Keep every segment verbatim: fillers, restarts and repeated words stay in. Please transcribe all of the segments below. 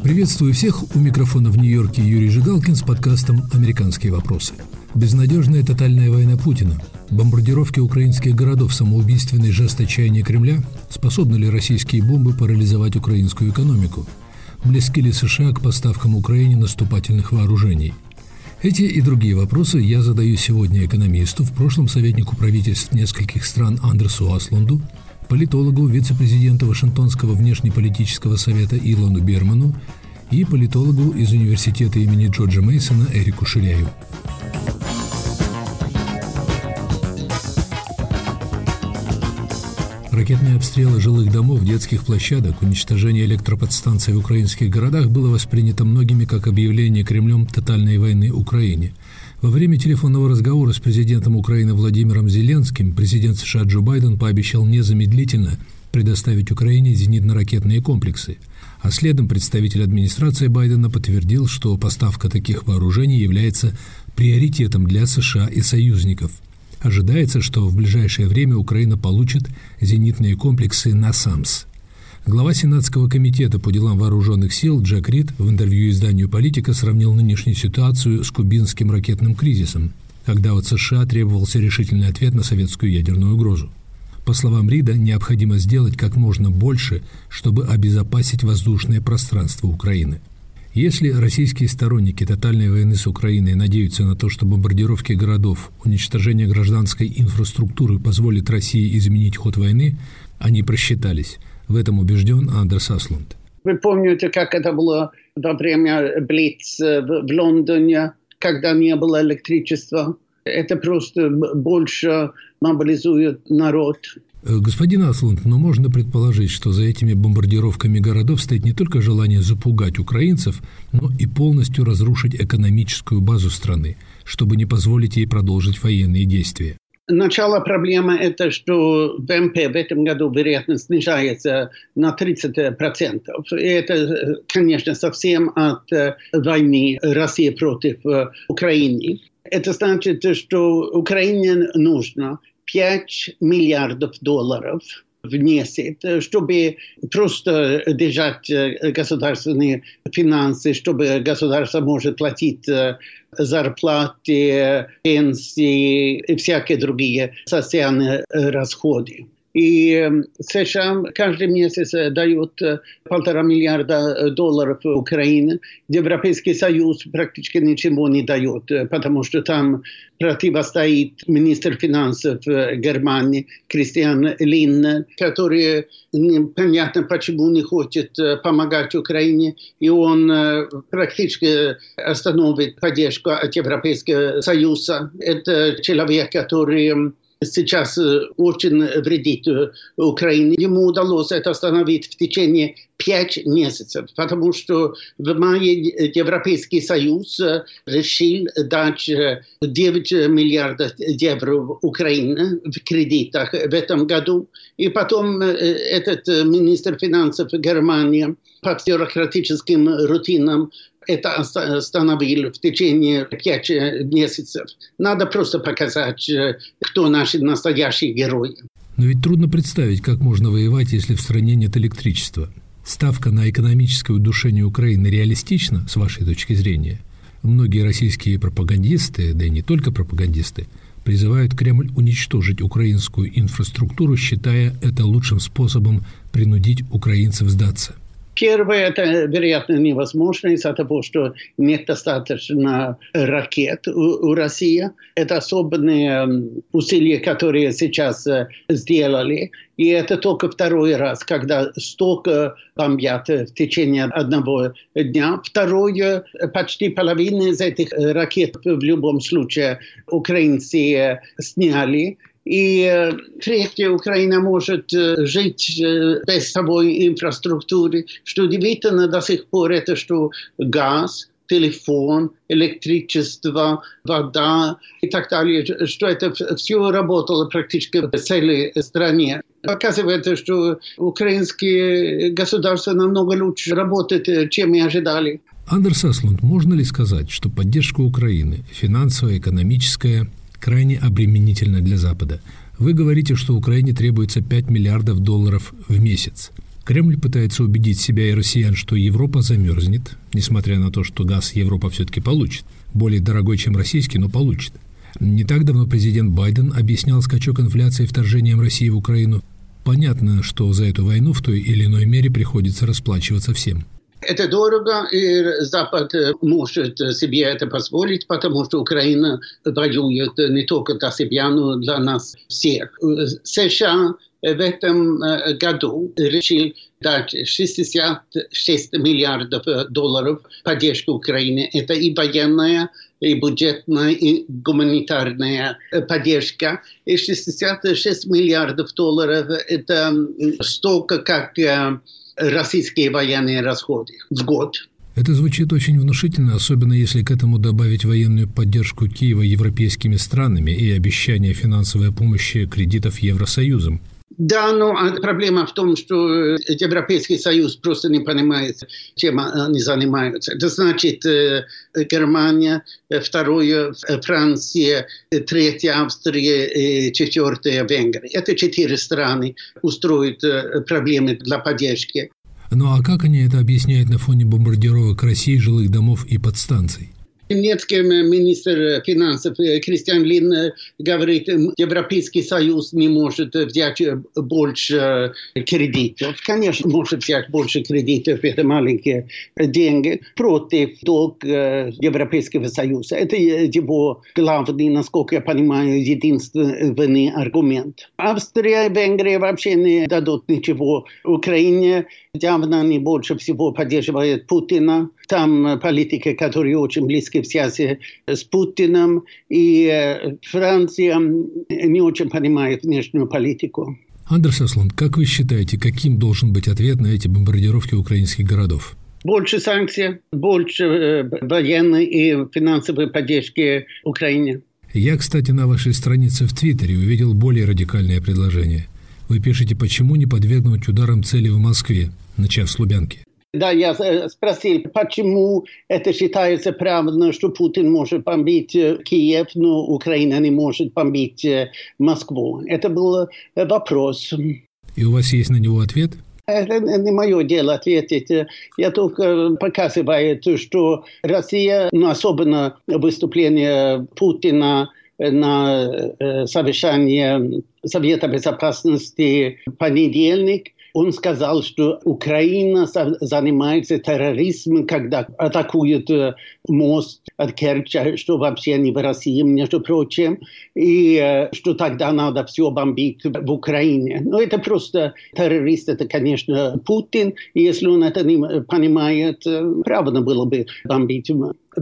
Приветствую всех, у микрофона в Нью-Йорке Юрий Жигалкин с подкастом «Американские вопросы». Безнадежная тотальная война Путина, бомбардировки украинских городов, самоубийственный жест отчаяния Кремля, способны ли российские бомбы парализовать украинскую экономику? Близки ли США к поставкам Украине наступательных вооружений? Эти и другие вопросы я задаю сегодня экономисту, в прошлом советнику правительств нескольких стран Андерсу Аслунду, политологу, вице-президенту Вашингтонского внешнеполитического совета Илону Берману и политологу из университета имени Джорджа Мейсона Эрику Ширяеву. Ракетные обстрелы жилых домов, детских площадок, уничтожение электроподстанций в украинских городах было воспринято многими как объявление Кремлем тотальной войны Украине. Во время телефонного разговора с президентом Украины Владимиром Зеленским президент США Джо Байден пообещал незамедлительно предоставить Украине зенитно-ракетные комплексы. А следом представитель администрации Байдена подтвердил, что поставка таких вооружений является приоритетом для США и союзников. Ожидается, что в ближайшее время Украина получит зенитные комплексы «Насамс». Глава Сенатского комитета по делам вооруженных сил Джек Рид в интервью изданию «Политика» сравнил нынешнюю ситуацию с кубинским ракетным кризисом, когда от США требовался решительный ответ на советскую ядерную угрозу. По словам Рида, необходимо сделать как можно больше, чтобы обезопасить воздушное пространство Украины. Если российские сторонники тотальной войны с Украиной надеются на то, что бомбардировки городов, уничтожение гражданской инфраструктуры позволит России изменить ход войны, они просчитались. В этом убежден Андерс Аслунд. Вы помните, как это было во время Блиц в Лондоне, когда не было электричества? Это просто больше мобилизует народ. Господин Аслунд, но можно предположить, что за этими бомбардировками городов стоит не только желание запугать украинцев, но и полностью разрушить экономическую базу страны, чтобы не позволить ей продолжить военные действия. Начало проблемы – это, что ВМП в этом году, вероятно, снижается на тридцать процентов. И это, конечно, совсем от войны России против Украины. Это значит, что Украине нужно пять миллиардов долларов в месяц, чтобы просто держать государственные финансы, чтобы государство может платить зарплаты, пенсии и всякие другие социальные расходы. И США каждый месяц дают полтора миллиарда долларов Украине. Европейский Союз практически ничего не дает, потому что там противостоит министр финансов Германии Кристиан Линнер, который непонятно почему не хочет помогать Украине, и он практически остановит поддержку от Европейского Союза. Это человек, который сейчас очень вредит Украине. Ему удалось это остановить в течение пяти месяцев, потому что в мае Европейский Союз решил дать девять миллиардов евро Украине в кредитах в этом году. И потом этот министр финансов Германии по бюрократическим рутинам это остановил в течение пяти месяцев. Надо просто показать, кто наши настоящие герои. Но ведь трудно представить, как можно воевать, если в стране нет электричества. Ставка на экономическое удушение Украины реалистична, с вашей точки зрения? Многие российские пропагандисты, да и не только пропагандисты, призывают Кремль уничтожить украинскую инфраструктуру, считая это лучшим способом принудить украинцев сдаться. Первое, это, вероятно, невозможно из-за того, что нет достаточно ракет у, у России. Это особенные усилия, которые сейчас сделали. И это только второй раз, когда столько бомбят в течение одного дня. Второе, почти половина из этих ракет в любом случае украинцы сняли. И третье, Украина может жить без собой инфраструктуры. Что удивительно до сих пор, это что газ, телефон, электричество, вода и так далее, что это все работало практически в целой стране. Показывает, что украинское государство намного лучше работает, чем мы ожидали. Андерс Аслунд, можно ли сказать, что поддержка Украины, финансовая, экономическая, крайне обременительна для Запада? Вы говорите, что Украине требуется пять миллиардов долларов в месяц. Кремль пытается убедить себя и россиян, что Европа замерзнет, несмотря на то, что газ Европа все-таки получит. Более дорогой, чем российский, но получит. Не так давно президент Байден объяснял скачок инфляции вторжением России в Украину. Понятно, что за эту войну в той или иной мере приходится расплачиваться всем. Это дорого, и Запад может себе это позволить, потому что Украина воюет не только для себя, но и для нас всех. США в этом году решил дать шестьдесят шесть миллиардов долларов поддержку Украине. Это и военная, и бюджетная, и гуманитарная поддержка. И шестьдесят шесть миллиардов долларов – это столько, как российские военные расходы в год. Это звучит очень внушительно, особенно если к этому добавить военную поддержку Киева европейскими странами и обещание финансовой помощи кредитов Евросоюзом. Да, но проблема в том, что Европейский Союз просто не понимает, чем они занимаются. Это значит Германия, второе Франция, третье Австрия, четвертое Венгрия. Это четыре страны устроят проблемы для поддержки. Ну а как они это объясняют на фоне бомбардировок России, жилых домов и подстанций? Немецкий министр финансов Кристиан Лин говорит, Европейский Союз не может взять больше кредитов. Конечно, может взять больше кредитов, это маленькие деньги, против долг Европейского Союза. Это его главный, насколько я понимаю, единственный аргумент. Австрия и Венгрия вообще не дадут ничего Украине. Явно они больше всего поддерживают Путина. Там политики, которые очень близки в связи с Путиным. И Франция не очень понимает внешнюю политику. Андерс Асланд, как вы считаете, каким должен быть ответ на эти бомбардировки украинских городов? Больше санкций, больше военной и финансовой поддержки Украине. Я, кстати, на вашей странице в Твиттере увидел более радикальное предложение. Вы пишете, почему не подвергнуть ударам цели в Москве, начав с Лубянки. Да, я спросил, почему это считается правильно, что Путин может бомбить Киев, но Украина не может бомбить Москву. Это был вопрос. И у вас есть на него ответ? Это не мое дело ответить. Я только показываю, что Россия, ну, особенно выступление Путина на совещании Совета Безопасности в понедельник, он сказал, что Украина занимается терроризмом, когда атакует мост от Керчи, что вообще не в России, между прочим, и что тогда надо все бомбить в Украине. Но это просто террорист, это, конечно, Путин. И если он это не понимает, правильно было бы бомбить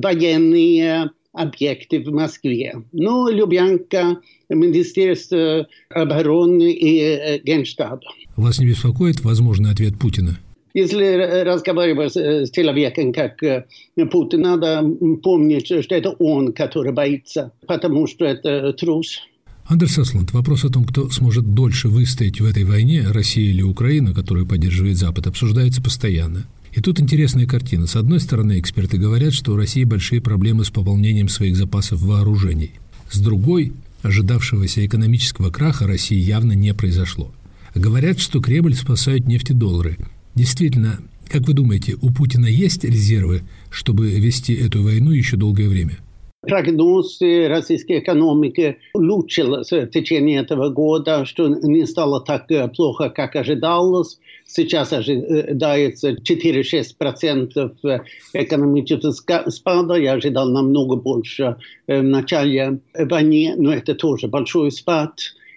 военные объекты в Москве. Но Лубянка, Министерство обороны и Генштаб. Вас не беспокоит возможный ответ Путина? Если разговаривать с человеком, как Путин, надо помнить, что это он, который боится, потому что это трус. Андерс Асланд, вопрос о том, кто сможет дольше выстоять в этой войне, Россия или Украина, которую поддерживает Запад, обсуждается постоянно. И тут интересная картина. С одной стороны, эксперты говорят, что у России большие проблемы с пополнением своих запасов вооружений. С другой, ожидавшегося экономического краха России явно не произошло. Говорят, что Кремль спасает нефтедоллары. Действительно, как вы думаете, у Путина есть резервы, чтобы вести эту войну еще долгое время? Прогноз российской экономики улучшился в течение этого года, что не стало так плохо, как ожидалось. Сейчас ожидается четыре-шесть процентов экономического спада. Я ожидал намного больше в начале войны, но это тоже большой спад.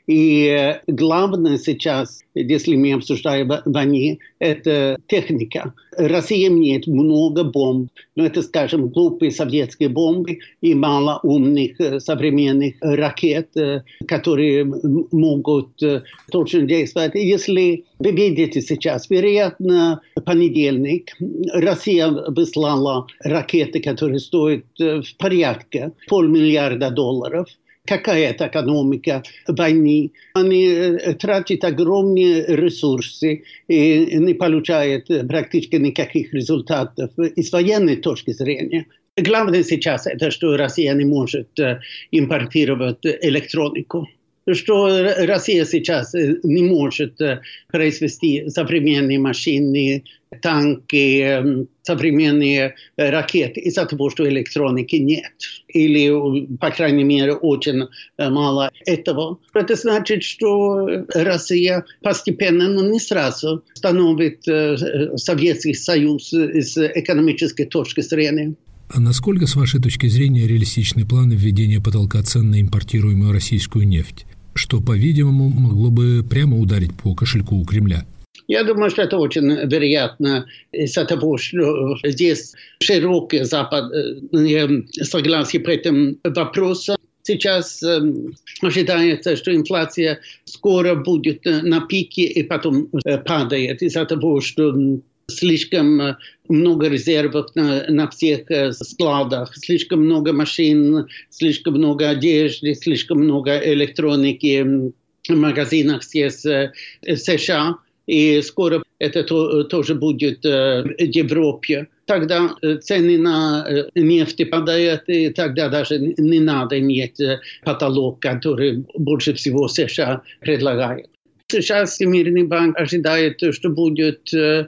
И главное сейчас, если мы обсуждаем войну, это техника. Россия имеет много бомб, но это, скажем, глупые советские бомбы и мало умных современных ракет, которые могут точно действовать. Если вы видите сейчас, вероятно, в понедельник Россия выслала ракеты, которые стоят в порядке полмиллиарда долларов. Какая это экономика войны? Они тратят огромные ресурсы и не получают практически никаких результатов и с военной точки зрения. Главное сейчас это, что Россия не может импортировать электронику. что Россия сейчас не может произвести современные машины, танки, современные ракеты из-за того, что электроники нет. Или, по крайней мере, очень мало этого. Это значит, что Россия постепенно, но не сразу, становится Советский Союз с экономической точки зрения. А насколько, с вашей точки зрения, реалистичны планы введения потолка цен на импортируемую российскую нефть, что, по-видимому, могло бы прямо ударить по кошельку у Кремля? Я думаю, что это очень вероятно из-за того, что здесь широкое западное согласие по этому вопросу. Сейчас э, ожидается, что инфляция скоро будет на пике и потом э, падает из-за того, что слишком много резервов на, на всех складах, слишком много машин, слишком много одежды, слишком много электроники в магазинах здесь в США. И скоро это то, тоже будет в Европе. Тогда цены на нефть падают, и тогда даже не надо иметь потолок, который больше всего США предлагает. Сейчас Всемирный банк ожидает, что будет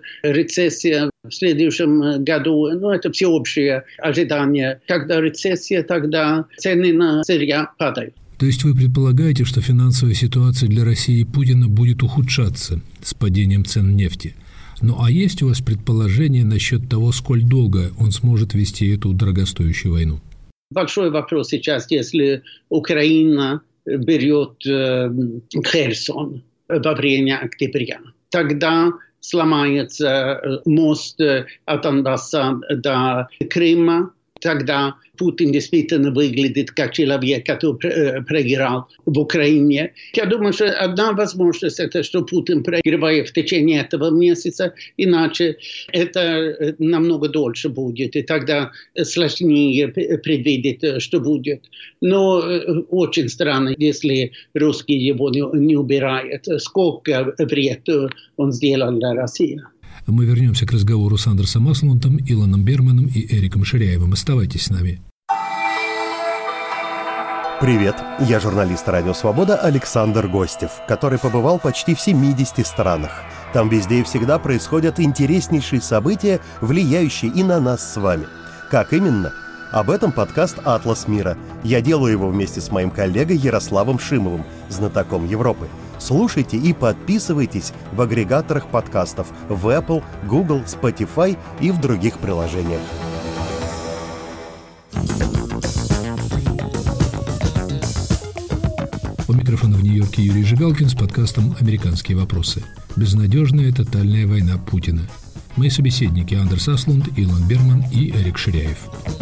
рецессия в следующем году. Но это всеобщее ожидание. Когда рецессия, тогда цены на сырье падают. То есть вы предполагаете, что финансовая ситуация для России и Путина будет ухудшаться с падением цен нефти? Ну а есть у вас предположение насчет того, сколь долго он сможет вести эту дорогостоящую войну? Большой вопрос сейчас, если Украина берет э, Херсон во время октября. Тогда сломается мост от Донбасса до Крыма. Тогда Путин действительно выглядит как человек, который проиграл в Украине. Я думаю, что одна возможность – это что Путин проигрывает в течение этого месяца, иначе это намного дольше будет, и тогда сложнее предвидеть, что будет. Но очень странно, если русские его не убирают. Сколько вреда он сделал для России. Мы вернемся к разговору с Андерсом Аслундом, Илоном Берманом и Эриком Ширяевым. Оставайтесь с нами. Привет, я журналист «Радио Свобода» Александр Гостев, который побывал почти в семидесяти странах. Там везде и всегда происходят интереснейшие события, влияющие и на нас с вами. Как именно? Об этом подкаст «Атлас мира». Я делаю его вместе с моим коллегой Ярославом Шимовым, знатоком Европы. Слушайте и подписывайтесь в агрегаторах подкастов в Apple, Google, Spotify и в других приложениях. У микрофона в Нью-Йорке Юрий Жигалкин с подкастом «Американские вопросы». Безнадежная тотальная война Путина. Мои собеседники Андерс Аслунд, Илон Берман и Эрик Ширяев.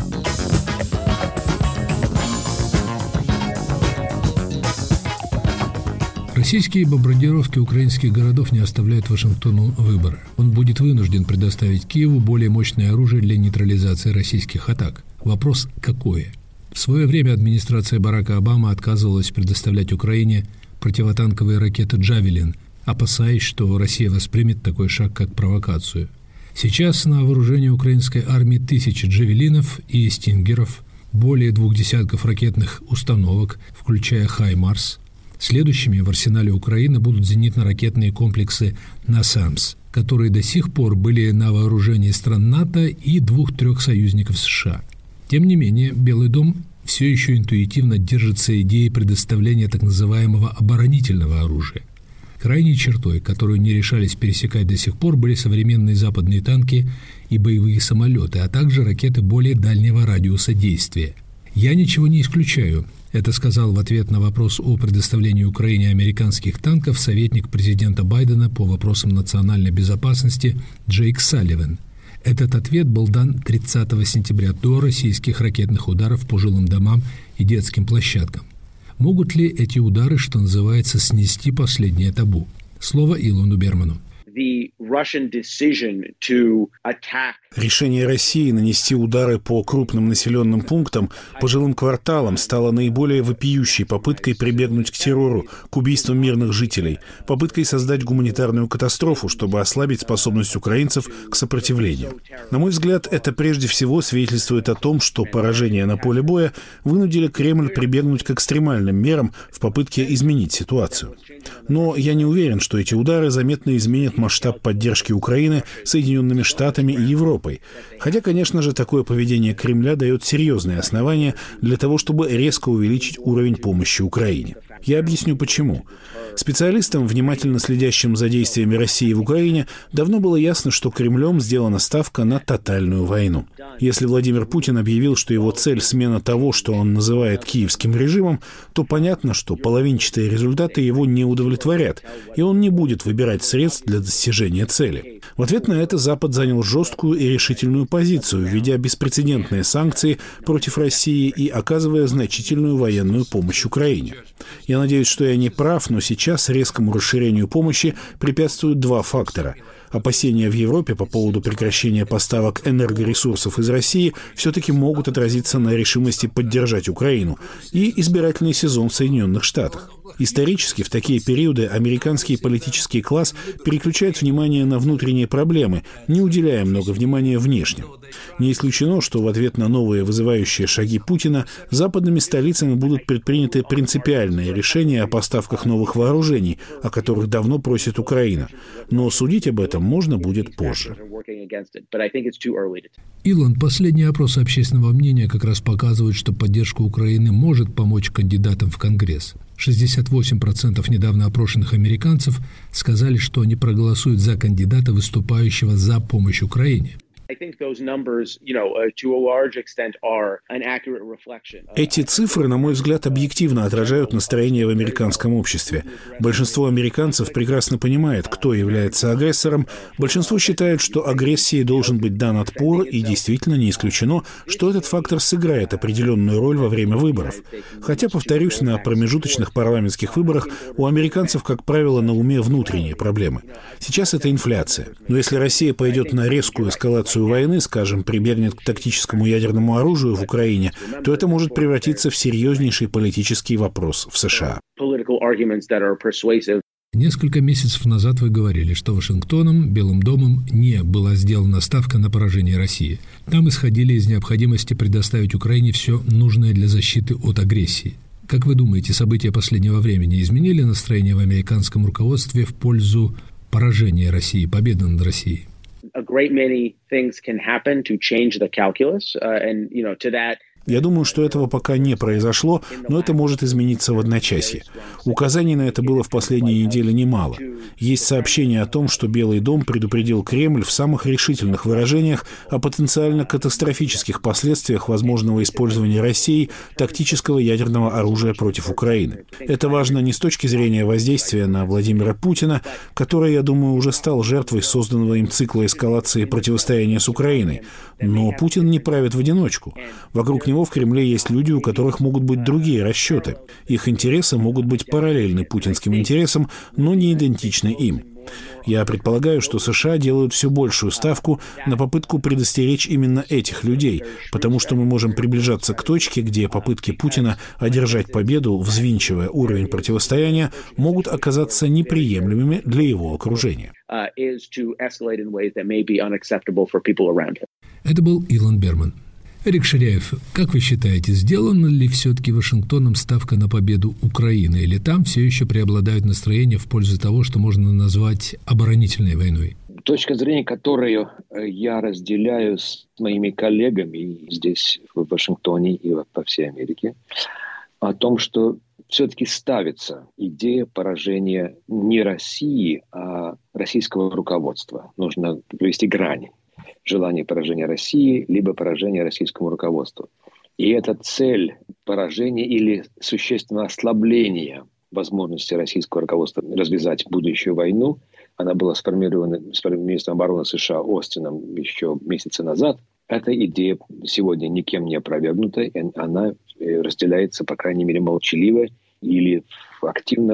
Российские бомбардировки украинских городов не оставляют Вашингтону выбора. Он будет вынужден предоставить Киеву более мощное оружие для нейтрализации российских атак. Вопрос – какое? В свое время администрация Барака Обамы отказывалась предоставлять Украине противотанковые ракеты «Джавелин», опасаясь, что Россия воспримет такой шаг как провокацию. Сейчас на вооружении украинской армии тысячи «Джавелинов» и «Стингеров», более двух десятков ракетных установок, включая «Хаймарс». Следующими в арсенале Украины будут зенитно-ракетные комплексы «Насамс», которые до сих пор были на вооружении стран НАТО и двух-трех союзников США. Тем не менее, Белый дом все еще интуитивно держится идеей предоставления так называемого оборонительного оружия. Крайней чертой, которую не решались пересекать до сих пор, были современные западные танки и боевые самолеты, а также ракеты более дальнего радиуса действия. «Я ничего не исключаю», — это сказал в ответ на вопрос о предоставлении Украине американских танков советник президента Байдена по вопросам национальной безопасности Джейк Салливан. Этот ответ был дан тридцатого сентября до российских ракетных ударов по жилым домам и детским площадкам. Могут ли эти удары, что называется, снести последнее табу? Слово Илону Берману. Решение России нанести удары по крупным населенным пунктам, по жилым кварталам стало наиболее вопиющей попыткой прибегнуть к террору, к убийствам мирных жителей, попыткой создать гуманитарную катастрофу, чтобы ослабить способность украинцев к сопротивлению. На мой взгляд, это прежде всего свидетельствует о том, что поражения на поле боя вынудили Кремль прибегнуть к экстремальным мерам в попытке изменить ситуацию. Но я не уверен, что эти удары заметно изменят масштаб поддержки Украины Соединенными Штатами и Европой. Хотя, конечно же, такое поведение Кремля дает серьезные основания для того, чтобы резко увеличить уровень помощи Украине. Я объясню почему. Специалистам, внимательно следящим за действиями России в Украине, давно было ясно, что Кремлем сделана ставка на тотальную войну. Если Владимир Путин объявил, что его цель — смена того, что он называет киевским режимом, то понятно, что половинчатые результаты его не удовлетворят, и он не будет выбирать средств для достижения цели. В ответ на это Запад занял жесткую и решительную позицию, введя беспрецедентные санкции против России и оказывая значительную военную помощь Украине. Я надеюсь, что я не прав, но сейчас резкому расширению помощи препятствуют два фактора. Опасения в Европе по поводу прекращения поставок энергоресурсов из России все-таки могут отразиться на решимости поддержать Украину, и избирательный сезон в Соединенных Штатах. Исторически в такие периоды американский политический класс переключает внимание на внутренние проблемы, не уделяя много внимания внешним. Не исключено, что в ответ на новые вызывающие шаги Путина западными столицами будут предприняты принципиальные решения о поставках новых вооружений, о которых давно просит Украина. Но судить об этом можно будет позже. Илон, последние опросы общественного мнения как раз показывают, что поддержка Украины может помочь кандидатам в Конгресс. шестьдесят восемь процентов недавно опрошенных американцев сказали, что они проголосуют за кандидата, выступающего за помощь Украине. Эти цифры, на мой взгляд, объективно отражают настроение в американском обществе. Большинство американцев прекрасно понимает, кто является агрессором. Большинство считает, что агрессии должен быть дан отпор, и действительно не исключено, что этот фактор сыграет определенную роль во время выборов. Хотя, повторюсь, на промежуточных парламентских выборах у американцев, как правило, на уме внутренние проблемы. Сейчас это инфляция. Но если Россия пойдет на резкую эскалацию войны, скажем, прибегнет к тактическому ядерному оружию в Украине, то это может превратиться в серьезнейший политический вопрос в США. Несколько месяцев назад вы говорили, что Вашингтоном, Белым домом, не была сделана ставка на поражение России. Там исходили из необходимости предоставить Украине все нужное для защиты от агрессии. Как вы думаете, события последнего времени изменили настроение в американском руководстве в пользу поражения России, победы над Россией? A great many things can happen to change the calculus, uh, and you know, to that. Я думаю, что этого пока не произошло, но это может измениться в одночасье. Указаний на это было в последние недели немало. Есть сообщение о том, что Белый дом предупредил Кремль в самых решительных выражениях о потенциально катастрофических последствиях возможного использования Россией тактического ядерного оружия против Украины. Это важно не с точки зрения воздействия на Владимира Путина, который, я думаю, уже стал жертвой созданного им цикла эскалации противостояния с Украиной. Но Путин не правит в одиночку. Вокруг него в Кремле есть люди, у которых могут быть другие расчеты. Их интересы могут быть параллельны путинским интересам, но не идентичны им. Я предполагаю, что США делают все большую ставку на попытку предостеречь именно этих людей, потому что мы можем приближаться к точке, где попытки Путина одержать победу, взвинчивая уровень противостояния, могут оказаться неприемлемыми для его окружения. Это был Илон Берман. Эрик Ширяев, как вы считаете, сделана ли все-таки Вашингтоном ставка на победу Украины, или там все еще преобладают настроения в пользу того, что можно назвать оборонительной войной? Точка зрения, которую я разделяю с моими коллегами здесь, в Вашингтоне и по всей Америке, о том, что все-таки ставится идея поражения не России, а российского руководства. Нужно провести грани. Желание поражения России, либо поражение российскому руководству. И эта цель поражения или существенного ослабления возможности российского руководства развязать будущую войну, она была сформирована министром обороны США Остином еще месяцы назад. Эта идея сегодня никем не опровергнута, и она разделяется, по крайней мере, молчаливо или активно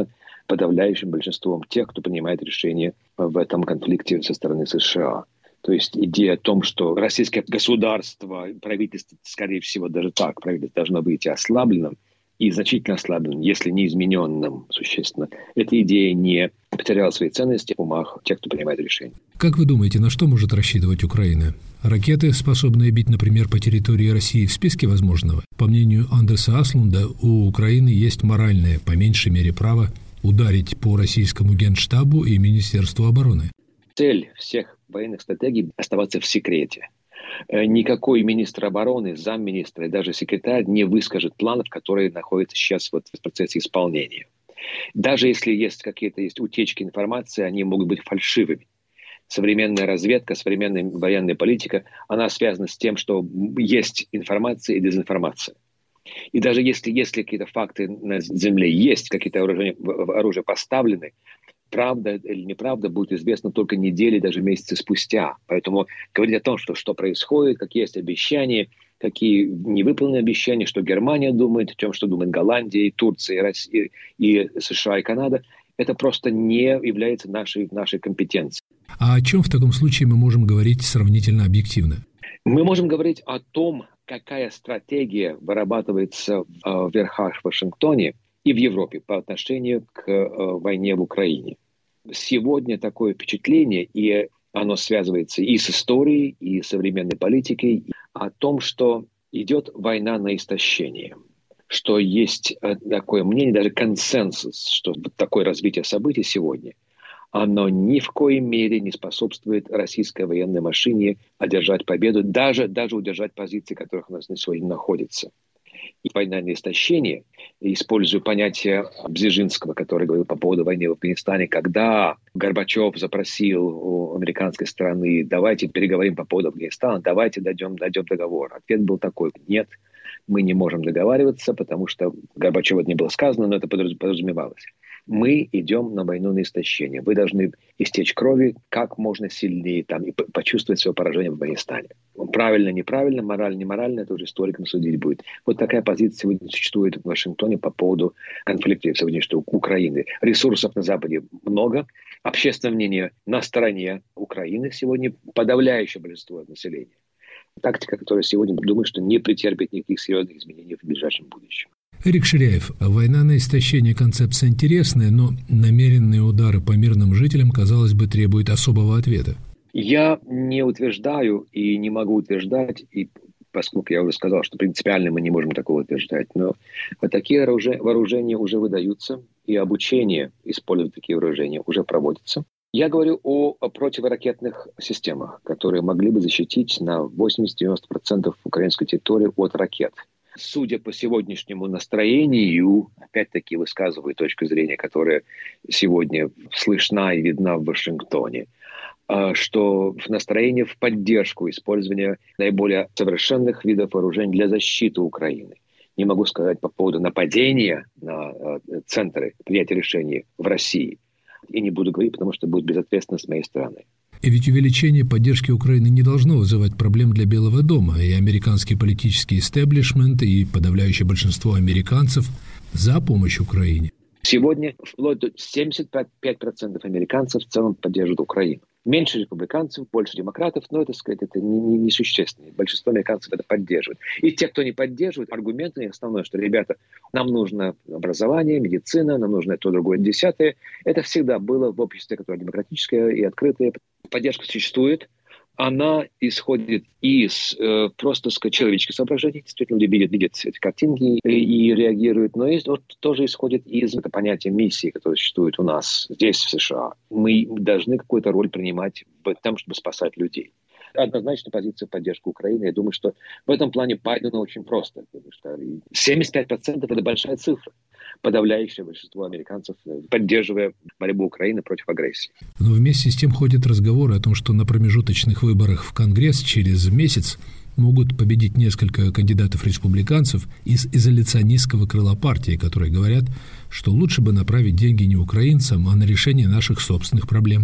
подавляющим большинством тех, кто принимает решения в этом конфликте со стороны США. То есть идея о том, что российское государство, правительство, скорее всего, даже так, правительство должно быть ослабленным и значительно ослабленным, если не измененным существенно. Эта идея не потеряла свои ценности в умах тех, кто принимает решения. Как вы думаете, на что может рассчитывать Украина? Ракеты, способные бить, например, по территории России, в списке возможного? По мнению Андреса Аслунда, у Украины есть моральное, по меньшей мере, право ударить по российскому Генштабу и Министерству обороны. Цель всех военных стратегий – оставаться в секрете. Никакой министр обороны, замминистра и даже секретарь не выскажет планов, которые находятся сейчас вот в процессе исполнения. Даже если есть какие-то есть утечки информации, они могут быть фальшивыми. Современная разведка, современная военная политика, она связана с тем, что есть информация и дезинформация. И даже если, если какие-то факты на земле есть, какие-то оружия, оружия поставлены, правда или неправда будет известно только недели, даже месяцы спустя. Поэтому говорить о том, что, что происходит, какие есть обещания, какие невыполненные обещания, что Германия думает, о том, что думает Голландия, и Турция, и, Россия, и США, и Канада, это просто не является нашей, нашей компетенцией. А о чем в таком случае мы можем говорить сравнительно объективно? Мы можем говорить о том, какая стратегия вырабатывается в верхах в Вашингтоне и в Европе по отношению к войне в Украине. Сегодня такое впечатление, и оно связывается и с историей, и с современной политикой, о том, что идет война на истощение. Что есть такое мнение, даже консенсус, что такое развитие событий сегодня, оно ни в коей мере не способствует российской военной машине одержать победу, даже, даже удержать позиции, в которых у нас на сегодня находится. И война на истощение, используя понятие Бзежинского, который говорил по поводу войны в Афганистане, когда Горбачев запросил у американской стороны: давайте переговорим по поводу Афганистана, давайте дойдем, дойдем договор. Ответ был такой: нет, мы не можем договариваться, потому что Горбачеву это не было сказано, но это подразумевалось. Мы идем на войну на истощение. Вы должны истечь крови как можно сильнее там, и почувствовать свое поражение в Афганистане. Правильно, неправильно, морально, неморально, это уже историкам судить будет. Вот такая позиция сегодня существует в Вашингтоне по поводу конфликта сегодняшней Украины. Ресурсов на Западе много. Общественное мнение на стороне Украины сегодня подавляющее большинство населения. Тактика, которая сегодня, думаю, что не претерпит никаких серьезных изменений в ближайшем будущем. Эрик Ширяев, война на истощение — концепция интересная, но намеренные удары по мирным жителям, казалось бы, требуют особого ответа. Я не утверждаю и не могу утверждать, и поскольку я уже сказал, что принципиально мы не можем такого утверждать, но вот такие вооружения уже выдаются, и обучение использовать такие вооружения уже проводится. Я говорю о, о противоракетных системах, которые могли бы защитить на восемьдесят-девяносто процентов украинской территории от ракет. Судя по сегодняшнему настроению, опять-таки высказываю точку зрения, которая сегодня слышна и видна в Вашингтоне, что в настроении в поддержку использования наиболее совершенных видов вооружений для защиты Украины. Не могу сказать по поводу нападения на центры принятия решений в России. И не буду говорить, потому что будет безответственно с моей стороны. И ведь увеличение поддержки Украины не должно вызывать проблем для Белого дома. И американский политический истеблишмент, и подавляющее большинство американцев за помощь Украине. Сегодня вплоть до семьдесят пять процентов американцев в целом поддерживают Украину. Меньше республиканцев, больше демократов, но это, сказать, это несущественно. Не, не Большинство американцев это поддерживают. И те, кто не поддерживает, аргумент основной, что, ребята, нам нужно образование, медицина, нам нужно то, другое, десятое. Это всегда было в обществе, которое демократическое и открытое. Поддержка существует. Она исходит из э, просто, сказать, человеческих соображений. Действительно, люди видят, видят эти картинки и, и реагируют. Но есть, вот, тоже исходит из это понятия миссии, которое существует у нас здесь, в США. Мы должны какую-то роль принимать в том, чтобы спасать людей. Однозначно позиция поддержки Украины. Я думаю, что в этом плане Байдену очень просто. Потому что семьдесят пять процентов это большая цифра. Подавляющее большинство американцев, поддерживая борьбу Украины против агрессии. Но вместе с тем ходят разговоры о том, что на промежуточных выборах в Конгресс через месяц могут победить несколько кандидатов-республиканцев из изоляционистского крыла партии, которые говорят, что лучше бы направить деньги не украинцам, а на решение наших собственных проблем.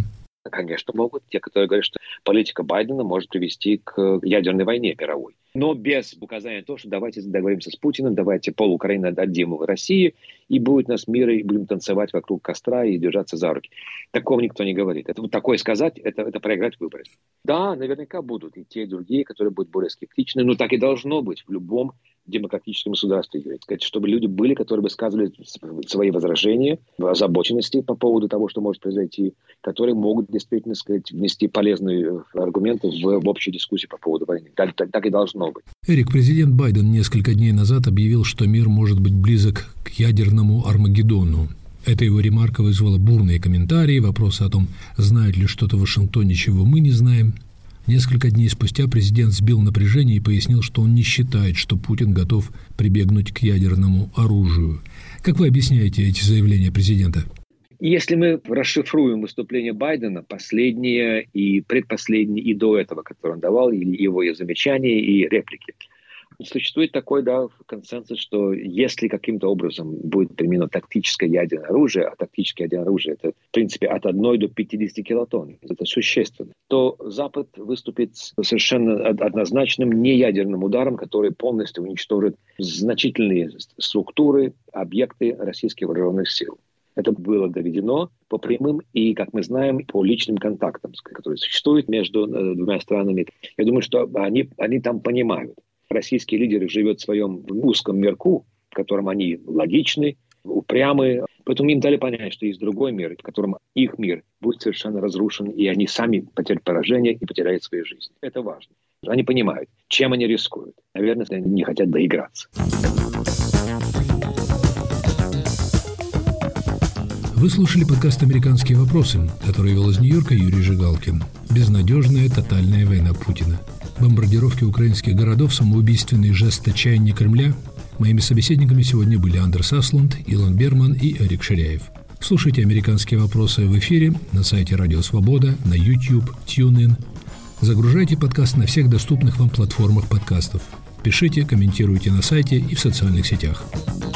Конечно, могут. Те, которые говорят, что политика Байдена может привести к ядерной войне мировой. Но без указания того, что давайте договоримся с Путиным, давайте пол Украины отдадим в России, и будет у нас мир, и будем танцевать вокруг костра и держаться за руки. Такого никто не говорит. Это вот такое сказать, это, это проиграть выборы. Да, наверняка будут и те, и другие, которые будут более скептичны, но так и должно быть в любом демократическом государстве. Чтобы люди были, которые бы сказали свои возражения, озабоченности по поводу того, что может произойти, которые могут действительно, сказать, внести полезные аргументы в, в общую дискуссию по поводу войны. Так, так, так и должно быть. Эрик, президент Байден несколько дней назад объявил, что мир может быть близок к ядерному Армагеддону. Эта его ремарка вызвала бурные комментарии, вопросы о том, знают ли что-то в Вашингтоне, чего мы не знаем. Несколько дней спустя президент сбил напряжение и пояснил, что он не считает, что Путин готов прибегнуть к ядерному оружию. Как вы объясняете эти заявления президента? Если мы расшифруем выступление Байдена, последнее и предпоследнее, и до этого, которое он давал, и его и замечания, и реплики, существует такой, да, консенсус, что если каким-то образом будет применено тактическое ядерное оружие, а тактическое ядерное оружие это, в принципе, от одной до пятидесяти килотонн, это существенно, то Запад выступит совершенно однозначным неядерным ударом, который полностью уничтожит значительные структуры, объекты российских вооруженных сил. Это было доведено по прямым и, как мы знаем, по личным контактам, которые существуют между двумя странами. Я думаю, что они, они там понимают. Российские лидеры живут в своем узком мирку, в котором они логичны, упрямы. Поэтому им дали понять, что есть другой мир, в котором их мир будет совершенно разрушен, и они сами потеряют поражение и потеряют свою жизнь. Это важно. Они понимают, чем они рискуют. Наверное, они не хотят доиграться. Вы слушали подкаст «Американские вопросы», который вел из Нью-Йорка Юрий Жигалкин. Безнадежная тотальная война Путина. Бомбардировки украинских городов, самоубийственный жест отчаяния Кремля. Моими собеседниками сегодня были Андерс Аслунд, Илон Берман и Эрик Ширяев. Слушайте «Американские вопросы» в эфире на сайте Радио Свобода, на YouTube, TuneIn. Загружайте подкаст на всех доступных вам платформах подкастов. Пишите, комментируйте на сайте и в социальных сетях.